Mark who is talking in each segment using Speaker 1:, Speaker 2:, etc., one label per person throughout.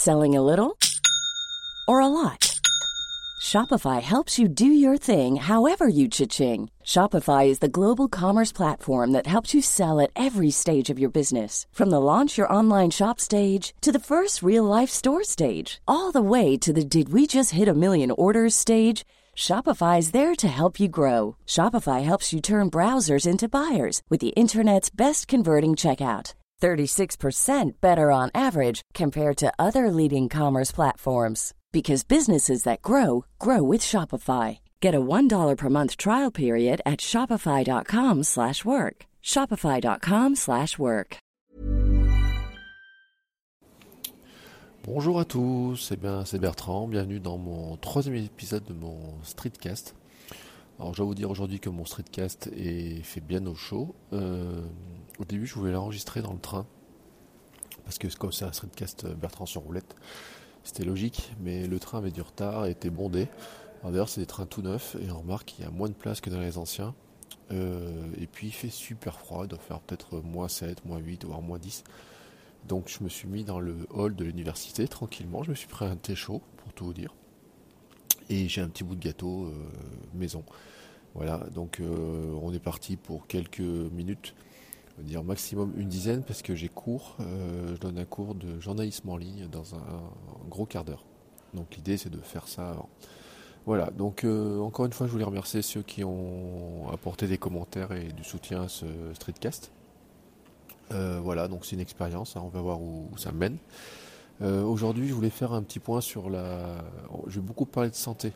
Speaker 1: Selling a little or a lot? Shopify helps you do your thing however you cha-ching. Shopify is the global commerce platform that helps you sell at every stage of your business. From the launch your online shop stage to the first real-life store stage, all the way to the did we just hit a million orders stage. Shopify is there to help you grow. Shopify helps you turn browsers into buyers with the internet's best converting checkout. 36% better on average compared to other leading commerce platforms. Because businesses that grow, grow with Shopify. Get a $1 per month trial period at shopify.com/work. Shopify.com/work.
Speaker 2: Bonjour à tous, c'est Bertrand, bienvenue dans mon 3e épisode de mon streetcast. Alors je dois vous dire aujourd'hui que mon streetcast est fait bien au chaud. Au début je voulais l'enregistrer dans le train, parce que comme c'est un streetcast Bertrand sur roulette, c'était logique, mais le train avait du retard et était bondé. Alors d'ailleurs c'est des trains tout neufs et on remarque qu'il y a moins de place que dans les anciens. Et puis il fait super froid, il doit faire peut-être -7, -8, voire -10. Donc je me suis mis dans le hall de l'université tranquillement, je me suis pris un thé chaud pour tout vous dire. Et j'ai un petit bout de gâteau maison. Voilà, donc on est parti pour quelques minutes, on va dire maximum une dizaine, parce que j'ai cours, je donne un cours de journalisme en ligne dans un gros quart d'heure. Donc l'idée c'est de faire ça avant. Voilà, donc encore une fois je voulais remercier ceux qui ont apporté des commentaires et du soutien à ce streetcast. Voilà, donc c'est une expérience, hein, on va voir où ça me mène. Aujourd'hui, je voulais faire un petit point sur je vais beaucoup parler de santé.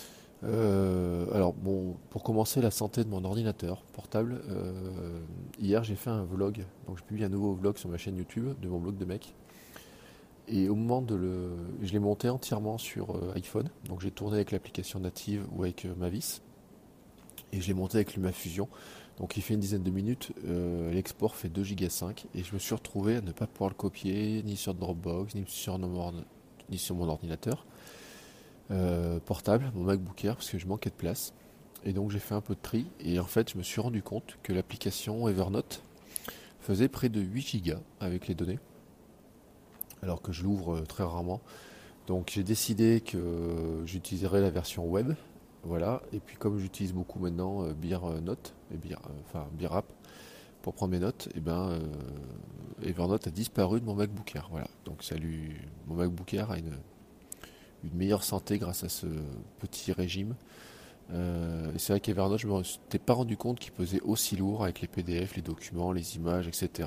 Speaker 2: Alors, bon, pour commencer, la santé de mon ordinateur portable. Hier, j'ai fait un vlog, donc j'ai publié un nouveau vlog sur ma chaîne YouTube, de mon blog de mec. Et au moment je l'ai monté entièrement sur iPhone, donc j'ai tourné avec l'application native ou avec Mavis. Et je l'ai monté avec LumaFusion. Donc il fait une dizaine de minutes, l'export fait 2,5 Go et je me suis retrouvé à ne pas pouvoir le copier ni sur Dropbox, ni sur mon ordinateur portable, mon MacBook Air, parce que je manquais de place. Et donc j'ai fait un peu de tri et en fait je me suis rendu compte que l'application Evernote faisait près de 8 Go avec les données, alors que je l'ouvre très rarement. Donc j'ai décidé que j'utiliserais la version web. Voilà, et puis comme j'utilise beaucoup maintenant BeerNote, BeerApp pour prendre mes notes, et Evernote a disparu de mon MacBook Air. Voilà, donc mon MacBook Air a une meilleure santé grâce à ce petit régime. Et c'est vrai qu'Evernote, je ne me suis pas rendu compte qu'il pesait aussi lourd avec les PDF, les documents, les images, etc.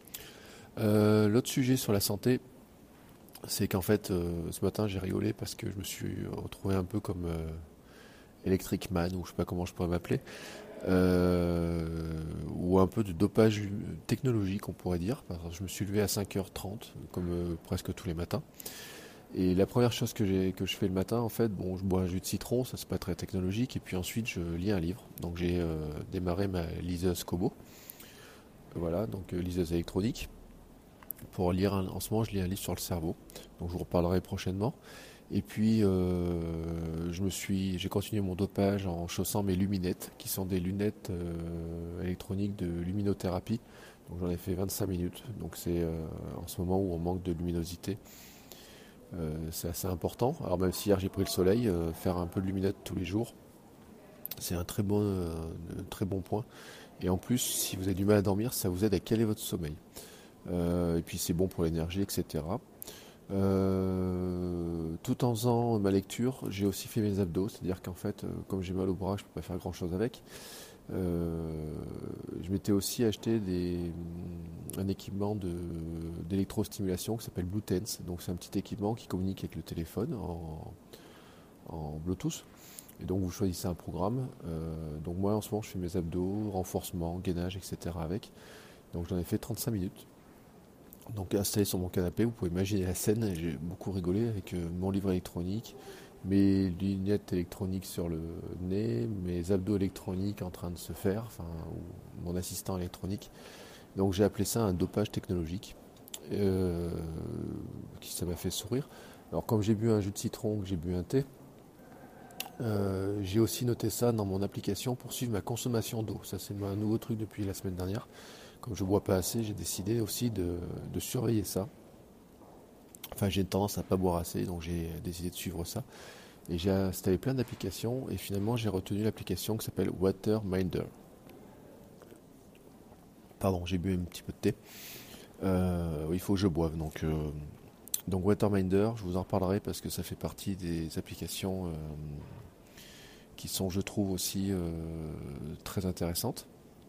Speaker 2: L'autre sujet sur la santé, c'est qu'en fait, ce matin j'ai rigolé parce que je me suis retrouvé un peu comme Electric Man, ou je sais pas comment je pourrais m'appeler, ou un peu de dopage technologique on pourrait dire. Je me suis levé à 5h30 comme presque tous les matins, et la première chose que je fais le matin, en fait, bon, je bois un jus de citron, ça c'est pas très technologique, et puis ensuite je lis un livre. Donc j'ai démarré ma liseuse Kobo, voilà, donc liseuse électronique, pour lire en ce moment je lis un livre sur le cerveau, donc je vous reparlerai prochainement. Et puis j'ai continué mon dopage en chaussant mes luminettes, qui sont des lunettes électroniques de luminothérapie. Donc j'en ai fait 25 minutes. Donc c'est en ce moment où on manque de luminosité, c'est assez important. Alors même si hier j'ai pris le soleil, faire un peu de luminettes tous les jours, c'est un très bon point. Et en plus, si vous avez du mal à dormir, ça vous aide à caler votre sommeil. Et puis c'est bon pour l'énergie, etc. Tout en faisant ma lecture, j'ai aussi fait mes abdos, c'est-à-dire qu'en fait, comme j'ai mal au bras, je ne peux pas faire grand-chose avec. Je m'étais aussi acheté un équipement d'électrostimulation qui s'appelle BlueTense. Donc c'est un petit équipement qui communique avec le téléphone en Bluetooth. Et donc vous choisissez un programme. Donc moi en ce moment je fais mes abdos, renforcement, gainage, etc. avec. Donc j'en ai fait 35 minutes. Donc installé sur mon canapé, vous pouvez imaginer la scène, j'ai beaucoup rigolé avec mon livre électronique, mes lunettes électroniques sur le nez, mes abdos électroniques en train de se faire, ou mon assistant électronique. Donc j'ai appelé ça un dopage technologique, ça m'a fait sourire. Alors comme j'ai bu un jus de citron, que j'ai bu un thé, j'ai aussi noté ça dans mon application pour suivre ma consommation d'eau. Ça c'est un nouveau truc depuis la semaine dernière. Comme je ne bois pas assez, j'ai décidé aussi de surveiller ça. Enfin, j'ai une tendance à pas boire assez, donc j'ai décidé de suivre ça. Et j'ai installé plein d'applications, et finalement j'ai retenu l'application qui s'appelle Waterminder. Pardon, j'ai bu un petit peu de thé. Il faut que je boive, donc Waterminder, je vous en reparlerai parce que ça fait partie des applications qui sont, je trouve, aussi très intéressantes.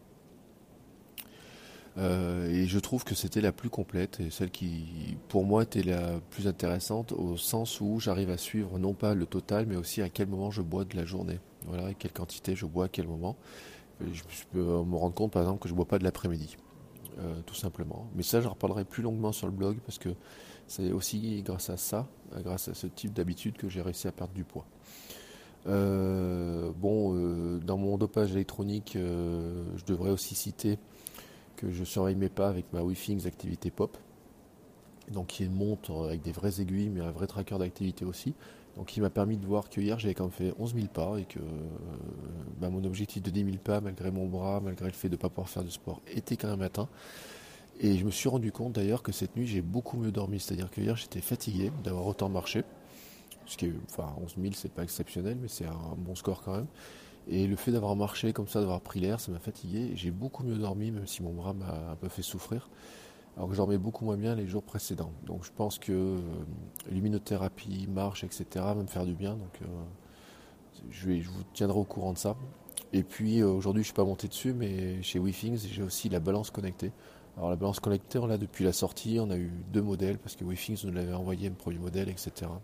Speaker 2: Et je trouve que c'était la plus complète et celle qui, pour moi, était la plus intéressante au sens où j'arrive à suivre non pas le total, mais aussi à quel moment je bois de la journée. Voilà, et quelle quantité je bois à quel moment. Et je peux me rendre compte, par exemple, que je bois pas de l'après-midi, tout simplement. Mais ça, j'en reparlerai plus longuement sur le blog parce que c'est aussi grâce à ça, grâce à ce type d'habitude que j'ai réussi à perdre du poids. Dans mon dopage électronique, je devrais aussi citer que je surveille mes pas avec ma WeThings Activité Pop, donc qui est une montre avec des vraies aiguilles mais un vrai tracker d'activité aussi, donc il m'a permis de voir que hier j'avais quand même fait 11 000 pas et que mon objectif de 10 000 pas malgré mon bras, malgré le fait de ne pas pouvoir faire de sport était quand même atteint. Et je me suis rendu compte d'ailleurs que cette nuit j'ai beaucoup mieux dormi, c'est-à-dire que hier j'étais fatigué d'avoir autant marché, ce qui est, enfin 11 000 c'est pas exceptionnel mais c'est un bon score quand même. Et le fait d'avoir marché comme ça, d'avoir pris l'air, ça m'a fatigué. Et j'ai beaucoup mieux dormi, même si mon bras m'a un peu fait souffrir. Alors que je dormais beaucoup moins bien les jours précédents. Donc je pense que luminothérapie, marche, etc. va me faire du bien. Donc je vous tiendrai au courant de ça. Et puis aujourd'hui, je suis pas monté dessus, mais chez WeThings, j'ai aussi la balance connectée. Alors la balance connectée, on l'a depuis la sortie. On a eu 2 modèles parce que WeThings nous l'avait envoyé, un premier modèle, etc.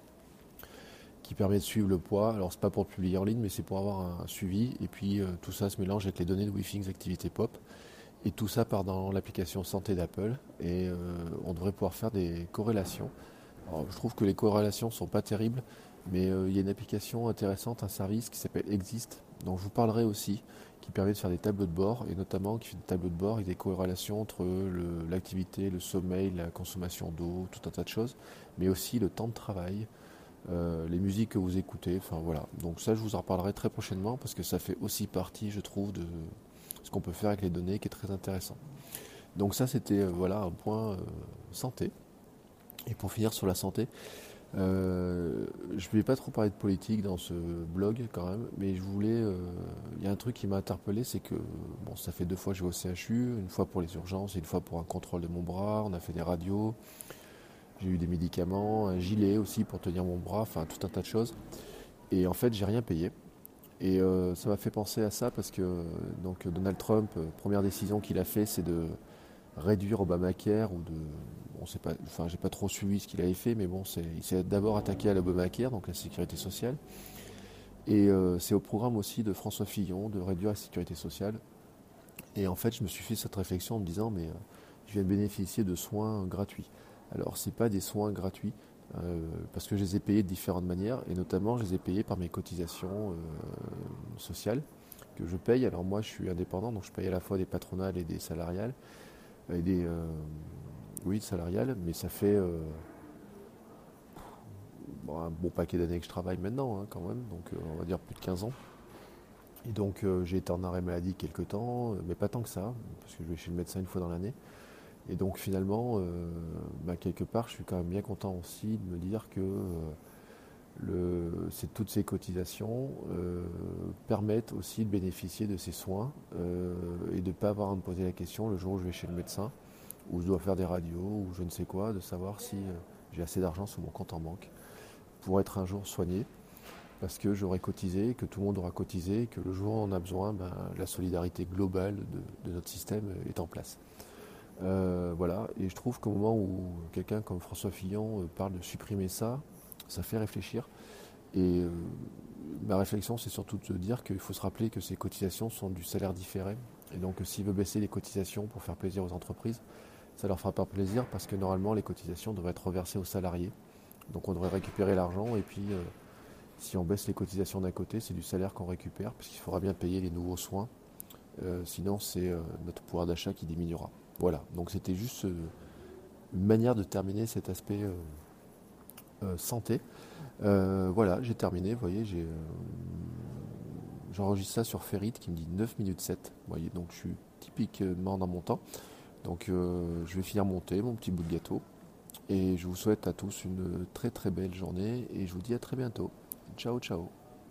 Speaker 2: Qui permet de suivre le poids. Alors c'est pas pour le publier en ligne, mais c'est pour avoir un suivi. Et puis tout ça se mélange avec les données de WeThings Activité Pop. Et tout ça part dans l'application santé d'Apple. Et on devrait pouvoir faire des corrélations. Alors je trouve que les corrélations sont pas terribles, mais il y a une application intéressante, un service qui s'appelle Exist, dont je vous parlerai aussi, qui permet de faire des tableaux de bord, et notamment qui fait des tableaux de bord et des corrélations entre l'activité, le sommeil, la consommation d'eau, tout un tas de choses, mais aussi le temps de travail, les musiques que vous écoutez, enfin voilà. Donc ça, je vous en reparlerai très prochainement parce que ça fait aussi partie, je trouve, de ce qu'on peut faire avec les données qui est très intéressant. Donc ça, c'était voilà un point santé. Et pour finir sur la santé, je ne vais pas trop parler de politique dans ce blog quand même, mais je voulais, il y a un truc qui m'a interpellé, c'est que bon, ça fait 2 fois que je vais au CHU, une fois pour les urgences et une fois pour un contrôle de mon bras. On a fait des radios. J'ai eu des médicaments, un gilet aussi pour tenir mon bras, enfin tout un tas de choses. Et en fait, j'ai rien payé. Et ça m'a fait penser à ça parce que donc Donald Trump, première décision qu'il a fait, c'est de réduire Obamacare ou de, on sait pas, enfin j'ai pas trop suivi ce qu'il avait fait, mais bon, il s'est d'abord attaqué à l'Obamacare, donc la sécurité sociale. Et c'est au programme aussi de François Fillon de réduire la sécurité sociale. Et en fait, je me suis fait cette réflexion en me disant, mais je viens de bénéficier de soins gratuits. Alors, c'est pas des soins gratuits, parce que je les ai payés de différentes manières, et notamment, je les ai payés par mes cotisations sociales que je paye. Alors moi, je suis indépendant, donc je paye à la fois des patronales et des salariales, et salariales, mais ça fait un bon paquet d'années que je travaille maintenant, hein, quand même, donc on va dire plus de 15 ans. Et donc j'ai été en arrêt maladie quelques temps, mais pas tant que ça, parce que je vais chez le médecin une fois dans l'année. Et donc finalement, quelque part, je suis quand même bien content aussi de me dire que toutes ces cotisations permettent aussi de bénéficier de ces soins et de ne pas avoir à me poser la question le jour où je vais chez le médecin, où je dois faire des radios, ou je ne sais quoi, de savoir si j'ai assez d'argent sur mon compte en banque pour être un jour soigné, parce que j'aurai cotisé, que tout le monde aura cotisé, que le jour où on a besoin, la solidarité globale de notre système est en place. Voilà, et je trouve qu'au moment où quelqu'un comme François Fillon parle de supprimer ça, ça fait réfléchir. Et ma réflexion, c'est surtout de se dire qu'il faut se rappeler que ces cotisations sont du salaire différé. Et donc, s'il veut baisser les cotisations pour faire plaisir aux entreprises, ça leur fera pas plaisir parce que normalement, les cotisations devraient être reversées aux salariés. Donc, on devrait récupérer l'argent et puis, si on baisse les cotisations d'un côté, c'est du salaire qu'on récupère parce qu'il faudra bien payer les nouveaux soins. Sinon, c'est notre pouvoir d'achat qui diminuera. Voilà, donc c'était juste une manière de terminer cet aspect santé. Voilà, j'ai terminé, vous voyez, j'enregistre ça sur Ferrit qui me dit 9 minutes 7. Vous voyez, donc je suis typiquement dans mon temps. Donc je vais finir mon thé, mon petit bout de gâteau. Et je vous souhaite à tous une très très belle journée et je vous dis à très bientôt. Ciao, ciao.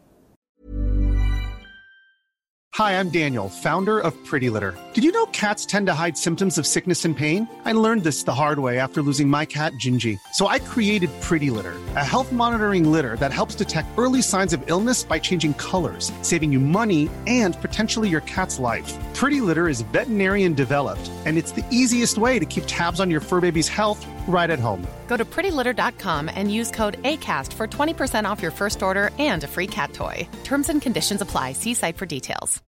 Speaker 3: Hi, I'm Daniel, founder of Pretty Litter. Did you know cats tend to hide symptoms of sickness and pain? I learned this the hard way after losing my cat, Gingy. So I created Pretty Litter, a health monitoring litter that helps detect early signs of illness by changing colors, saving you money and potentially your cat's life. Pretty Litter is veterinarian developed, and it's the easiest way to keep tabs on your fur baby's health right at home.
Speaker 4: Go to prettylitter.com and use code ACAST for 20% off your first order and a free cat toy. Terms and conditions apply. See site for details.